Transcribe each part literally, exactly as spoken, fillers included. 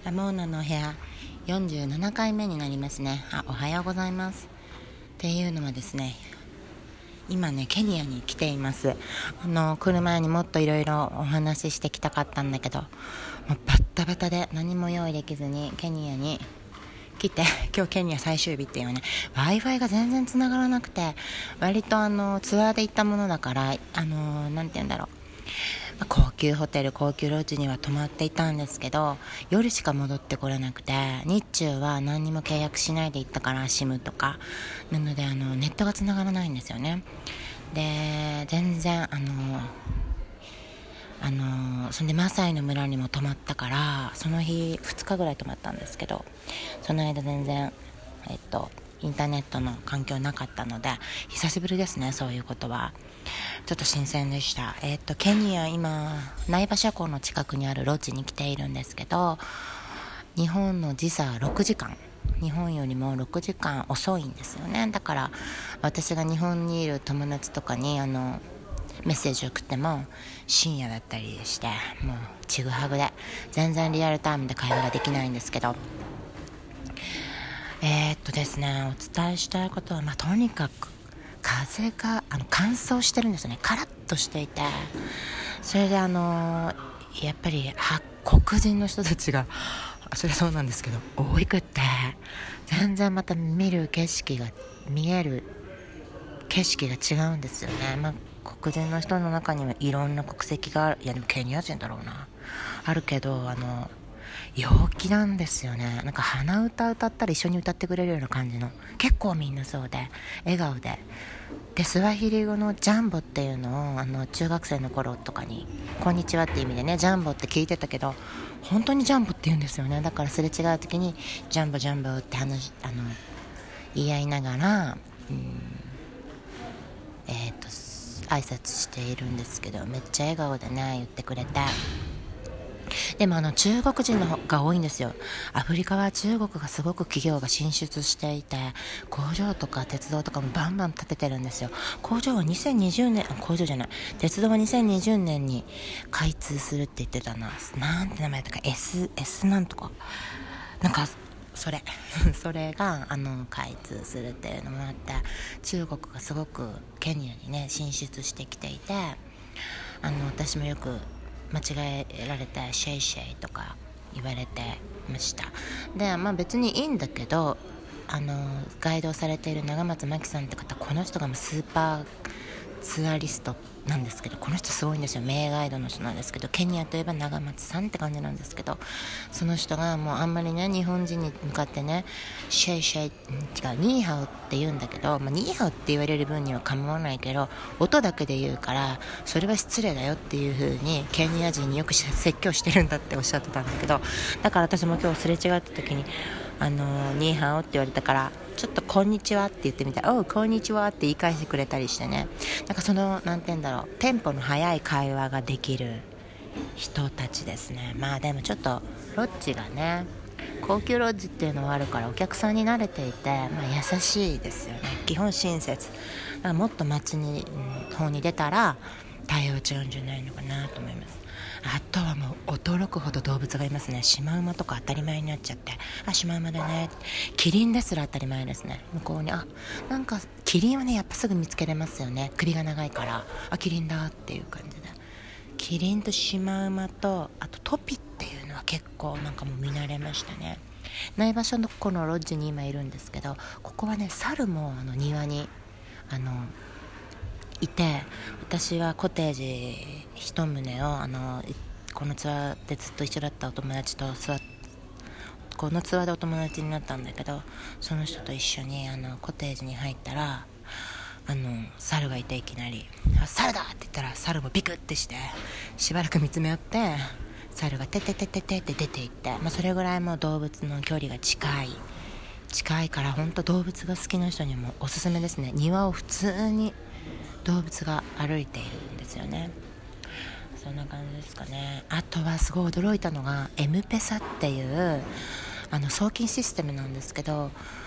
ラモーナのお部屋よんじゅうななかいめになりますね。あ、おはようございます。っていうのはですね、今ねケニアに来ています。あの来る前にもっといろいろお話ししてきたかったんだけど、もうバッタバタで何も用意できずにケニアに来て、今日ケニア最終日っていうね、 Wi-Fi が全然つながらなくて、割とあのツアーで行ったものだから、あのなんて言うんだろう、高級ホテル高級ロッジには泊まっていたんですけど、夜しか戻ってこれなくて、日中は何にも契約しないで行ったから、 SIM とかなので、あのネットが繋がらないんですよね。で全然あのあのそんでマサイの村にも泊まったから、その日ふつかぐらい泊まったんですけど、その間全然えっとインターネットの環境なかったので、久しぶりですね、そういうことは。ちょっと新鮮でした。えっとケニア、今苗場車港の近くにあるロッジに来ているんですけど、日本の時差ろくじかん、日本よりもろくじかん遅いんですよね。だから私が日本にいる友達とかにあのメッセージを送っても深夜だったりして、もうちぐはぐで全然リアルタイムで会話ができないんですけど、えー、っとですねお伝えしたいことは、まあ、とにかく風があの乾燥してるんですよね。カラッとしていて、それであのやっぱりは黒人の人たちが、それはそうなんですけど多くって、全然また見る景色が見える景色が違うんですよね。まあ黒人の人の中にはいろんな国籍がある、いやでもケニア人だろうな、あるけど、あの陽気なんですよね。なんか鼻歌歌ったら一緒に歌ってくれるような感じの、結構みんなそうで笑顔で、でスワヒリ語のジャンボっていうのをあの中学生の頃とかにこんにちはって意味でね、ジャンボって聞いてたけど、本当にジャンボって言うんですよね。だからすれ違う時にジャンボジャンボって話あの言い合いながら、うんえっと挨拶しているんですけど、めっちゃ笑顔でね言ってくれて、でもあの中国人の方が多いんですよ。アフリカは中国がすごく企業が進出していて、工場とか鉄道とかもバンバン建ててるんですよ。工場はにせんにじゅうねん、工場じゃない、鉄道はにせんにじゅうねんに開通するって言ってたな。なんて名前だったか、 S, S なんとかなんかそれそれがあの開通するっていうのもあって、中国がすごくケニアにね進出してきていて、あの私もよく間違えられてシェイシェイとか言われてました。でまあ別にいいんだけど、あのガイドされている長松真希さんって方、この人がスーパーツアリストなんですけど、この人すごいんですよ。名ガイドの人なんですけど、ケニアといえば長松さんって感じなんですけど、その人がもうあんまりね日本人に向かってねシェイシェイ、違うニーハオって言うんだけど、まあ、ニーハオって言われる分には構わないけど、音だけで言うからそれは失礼だよっていう風にケニア人によく説教してるんだっておっしゃってたんだけど、だから私も今日すれ違った時にあのニーハオって言われたから、ちょっとこんにちはって言ってみたら、おうこんにちはって言い返してくれたりしてね、なんかそのなんて言うんだろう、テンポの速い会話ができる人たちですね。まあでもちょっとロッジがね高級ロッジっていうのはあるからお客さんに慣れていて、まあ、優しいですよね。基本親切だから、もっと街に、うん、方に出たら対応違うんじゃないのかなと思います。あとはもう驚くほど動物がいますね。シマウマとか当たり前になっちゃって、あシマウマだね、キリンですら当たり前ですね。向こうにあなんかキリンはねやっぱすぐ見つけれますよね。首が長いからあキリンだっていう感じで、キリンとシマウマとあとトピっていうのは結構なんかもう見慣れましたね。苗場所のこのロッジに今いるんですけど、ここはね猿もあの庭にあのいて、私はコテージ一棟をあのこのツアーでずっと一緒だったお友達と座っこのツアーでお友達になったんだけど、その人と一緒にあのコテージに入ったら、あの猿がいて、いきなりあ猿だって言ったら猿もビクってしてしばらく見つめ合って、猿がテテテテテって出て行って、まあ、それぐらいもう動物の距離が近い近いから本当動物が好きな人にもおすすめですね。庭を普通に動物が歩いているんですよね。そんな感じですかね。あとはすごい驚いたのがエムペサっていうあの送金システムなんですけど、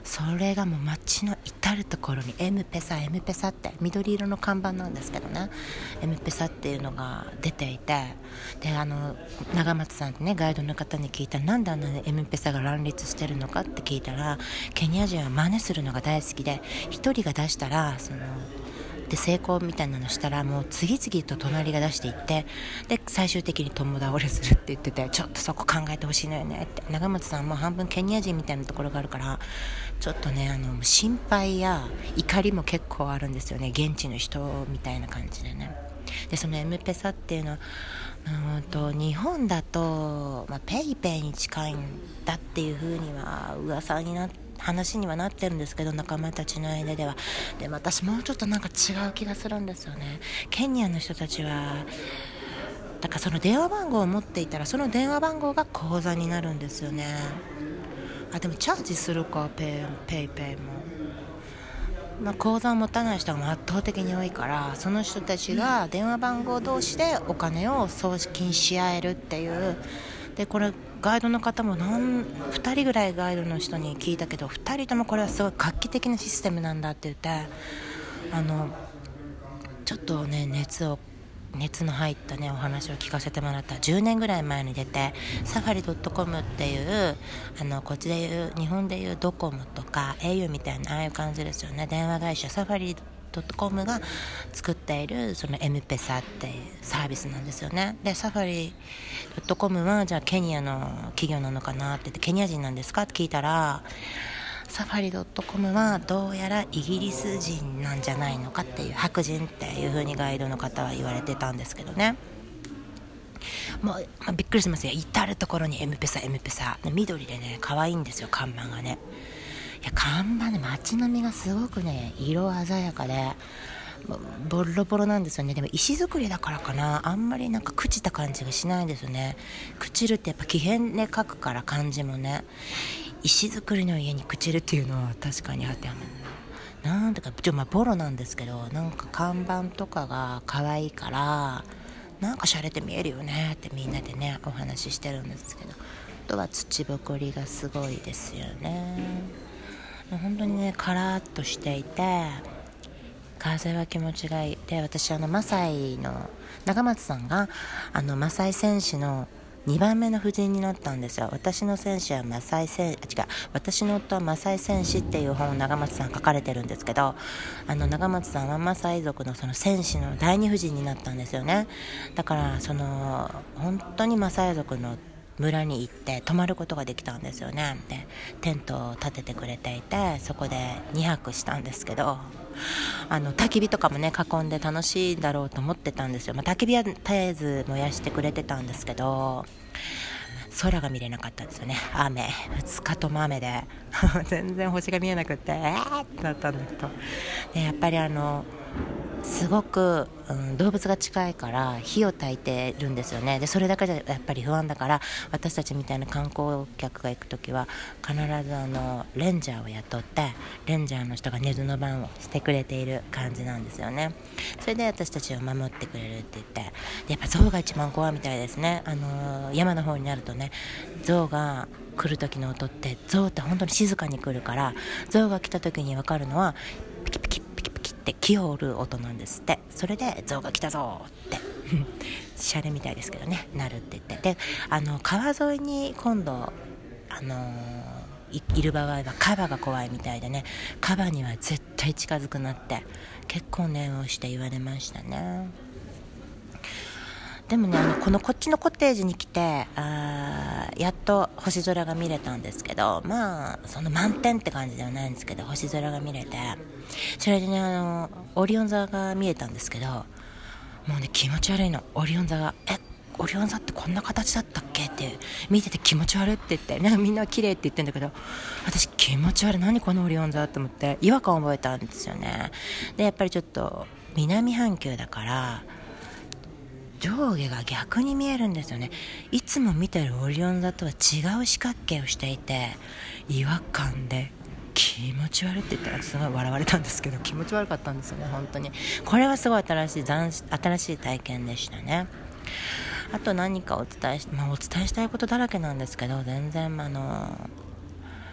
それがもう街の至るところにエムペサエムペサって緑色の看板なんですけどね、エムペサっていうのが出ていて、であの長松さんってねガイドの方に聞いたら、なんであんなにエムペサが乱立してるのかって聞いたら、ケニア人は真似するのが大好きで、一人が出したらそので成功みたいなのしたらもう次々と隣が出していって、で最終的に共倒れするって言ってて、ちょっとそこ考えてほしいのよねって。長松さんも半分ケニア人みたいなところがあるから、ちょっとねあの心配や怒りも結構あるんですよね、現地の人みたいな感じでね。でそのエムペサっていうのはうんと日本だと、まあ、ペイペイに近いんだっていう風には噂になって話にはなってるんですけど、仲間たちの間では。でも私もうちょっとなんか違う気がするんですよね。ケニアの人たちはだからその電話番号を持っていたら、その電話番号が口座になるんですよね。あでもチャージするか、ペイペイペイも、まあ、口座を持たない人が圧倒的に多いから、その人たちが電話番号同士でお金を送金し合えるっていう。でこれガイドの方も何ふたりぐらいガイドの人に聞いたけど、ふたりともこれはすごい画期的なシステムなんだって言って、あのちょっとね熱を熱の入ったねお話を聞かせてもらった。じゅうねんぐらい前に出て、サファリ .com っていうあのこっちでいう日本でいうドコモとか エーユー みたいなああいう感じですよね、電話会社サファリドットコムが作っているその エムペサっていうサービスなんですよね。でサファリドットコムはじゃあケニアの企業なのかなって言って、ケニア人なんですかって聞いたら、サファリドットコムはどうやらイギリス人なんじゃないのかっていう、白人っていう風にガイドの方は言われてたんですけどね。もう、まあ、びっくりしますよ。至るところにエムペサエムペサで緑でね可愛いんですよ、看板がね。いや看板ね、街並みがすごくね色鮮やかでボロボロなんですよね。でも石造りだからかな、あんまりなんか朽ちた感じがしないんですよね。朽ちるってやっぱ木偏で書くから漢字もね、石造りの家に朽ちるっていうのは確かに当てはまる。なんてかちょ、まあ、ボロなんですけど、なんか看板とかが可愛いからなんか洒落て見えるよねってみんなでねお話ししてるんですけど、あとは土ぼこりがすごいですよね。本当にねカラッとしていて風は気持ちがいい。で私あのマサイの長松さんがあのマサイ戦士のにばんめの夫人になったんですよ。私の戦士はマサイ戦あ違う私の夫はマサイ戦士っていう本を長松さん書かれてるんですけど、あの長松さんはマサイ族のその戦士の第二夫人になったんですよね。だからその本当にマサイ族の村に行って泊まることができたんですよね。でテントを立ててくれていて、そこでにはくしたんですけど、あの焚き火とかもね囲んで楽しいだろうと思ってたんですよ。まあ、焚き火は絶えず燃やしてくれてたんですけど、空が見れなかったんですよね。雨ふつかとも雨で全然星が見えなくてえーってなったんだけど、でやっぱりあのすごく、うん、動物が近いから火を焚いてるんですよね。でそれだけじゃやっぱり不安だから、私たちみたいな観光客が行くときは必ずあのレンジャーを雇って、レンジャーの人が寝ずの番をしてくれている感じなんですよね。それで私たちを守ってくれるって言って、でやっぱ象が一番怖いみたいですね。あの山の方になるとね、象が来る時の音って、象って本当に静かに来るから、象が来た時に分かるのはピキピキピキピキって木を折る音なんですって。それで象が来たぞってシャレみたいですけどねなるって言って、であの川沿いに今度あのー、い, いる場合はカバが怖いみたいでね、カバには絶対近づくなって結構念をして言われましたね。でもねあのこのこっちのコテージに来てあやっと星空が見れたんですけど、まあその満点って感じではないんですけど星空が見れて、それでねあのオリオン座が見えたんですけど、もうね気持ち悪いの。オリオン座がえオリオン座ってこんな形だったっけって見てて気持ち悪いって言って、なんかみんな綺麗って言ってんだけど、私気持ち悪い、何このオリオン座と思って違和感を覚えたんですよね。でやっぱりちょっと南半球だから上下が逆に見えるんですよね。いつも見てるオリオン座とは違う四角形をしていて違和感で気持ち悪いって言ったらすごい笑われたんですけど、気持ち悪かったんですよね本当に。これはすごい新しい斬新しい体験でしたね。あと何かお伝えし、まあ、お伝えしたいことだらけなんですけど、全然あの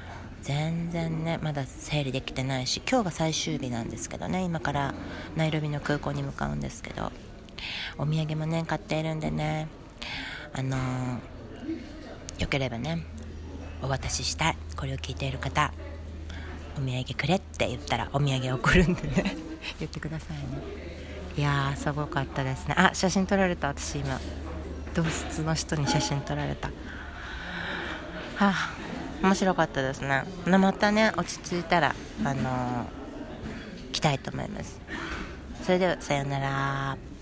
全然ねまだ整理できてないし、今日が最終日なんですけどね、今からナイロビの空港に向かうんですけど、お土産もね買っているんでね、あのー、よければねお渡ししたい。これを聞いている方、お土産くれって言ったらお土産送るんでね言ってくださいね。いやーすごかったですね。あ、写真撮られた。私今同室の人に写真撮られた。はあ、面白かったですね。またね落ち着いたらあのー、来たいと思います。それではさようなら。